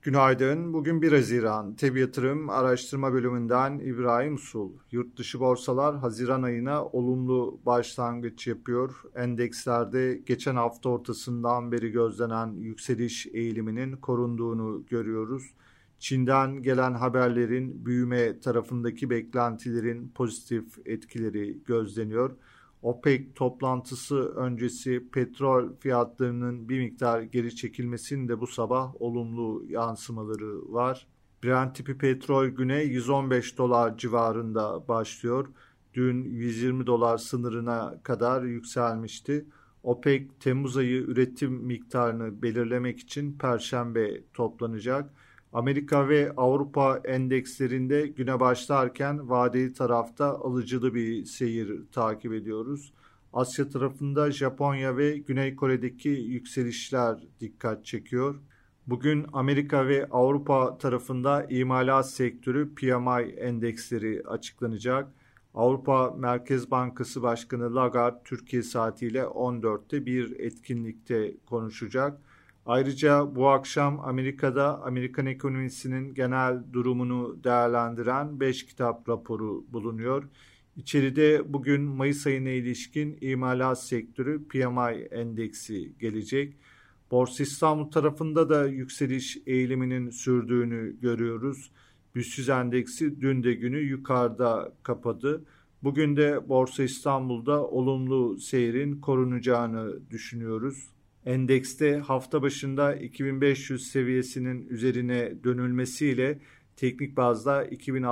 Günaydın. Bugün 1 Haziran. TEB Yatırım Araştırma Bölümünden İbrahim Usul. Yurt dışı borsalar Haziran ayına olumlu başlangıç yapıyor. Endekslerde geçen hafta ortasından beri gözlenen yükseliş eğiliminin korunduğunu görüyoruz. Çin'den gelen haberlerin büyüme tarafındaki beklentilerin pozitif etkileri gözleniyor. OPEC toplantısı öncesi petrol fiyatlarının bir miktar geri çekilmesinin de bu sabah olumlu yansımaları var. Brent tipi petrol güne 115 dolar civarında başlıyor. Dün 120 dolar sınırına kadar yükselmişti. OPEC Temmuz ayı üretim miktarını belirlemek için Perşembe toplanacak. Amerika ve Avrupa endekslerinde güne başlarken vadeli tarafta alıcılı bir seyir takip ediyoruz. Asya tarafında Japonya ve Güney Kore'deki yükselişler dikkat çekiyor. Bugün Amerika ve Avrupa tarafında imalat sektörü PMI endeksleri açıklanacak. Avrupa Merkez Bankası Başkanı Lagarde Türkiye saatiyle 14'te bir etkinlikte konuşacak. Ayrıca bu akşam Amerika'da Amerikan ekonomisinin genel durumunu değerlendiren 5 kitap raporu bulunuyor. İçeride bugün Mayıs ayına ilişkin imalat sektörü PMI endeksi gelecek. Borsa İstanbul tarafında da yükseliş eğiliminin sürdüğünü görüyoruz. BIST endeksi dün de günü yukarıda kapadı. Bugün de Borsa İstanbul'da olumlu seyrin korunacağını düşünüyoruz. Endekste hafta başında 2500 seviyesinin üzerine dönülmesiyle teknik bazda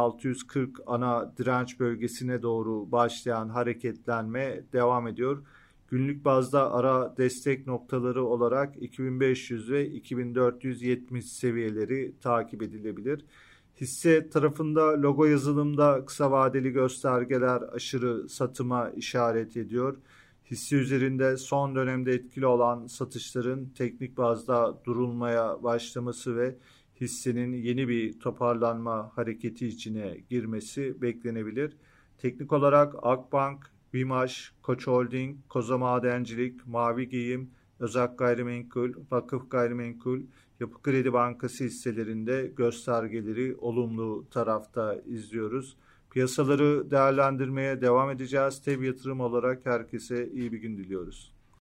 2640 ana direnç bölgesine doğru başlayan hareketlenme devam ediyor. Günlük bazda ara destek noktaları olarak 2500 ve 2470 seviyeleri takip edilebilir. Hisse tarafında logo yazılımda kısa vadeli göstergeler aşırı satıma işaret ediyor. Hisse üzerinde son dönemde etkili olan satışların teknik bazda durulmaya başlaması ve hissenin yeni bir toparlanma hareketi içine girmesi beklenebilir. Teknik olarak Akbank, BİMAŞ, Koç Holding, Koza Madencilik, Mavi Giyim, Özak Gayrimenkul, Vakıf Gayrimenkul, Yapı Kredi Bankası hisselerinde göstergeleri olumlu tarafta izliyoruz. Piyasaları değerlendirmeye devam edeceğiz. TEB Yatırım olarak herkese iyi bir gün diliyoruz.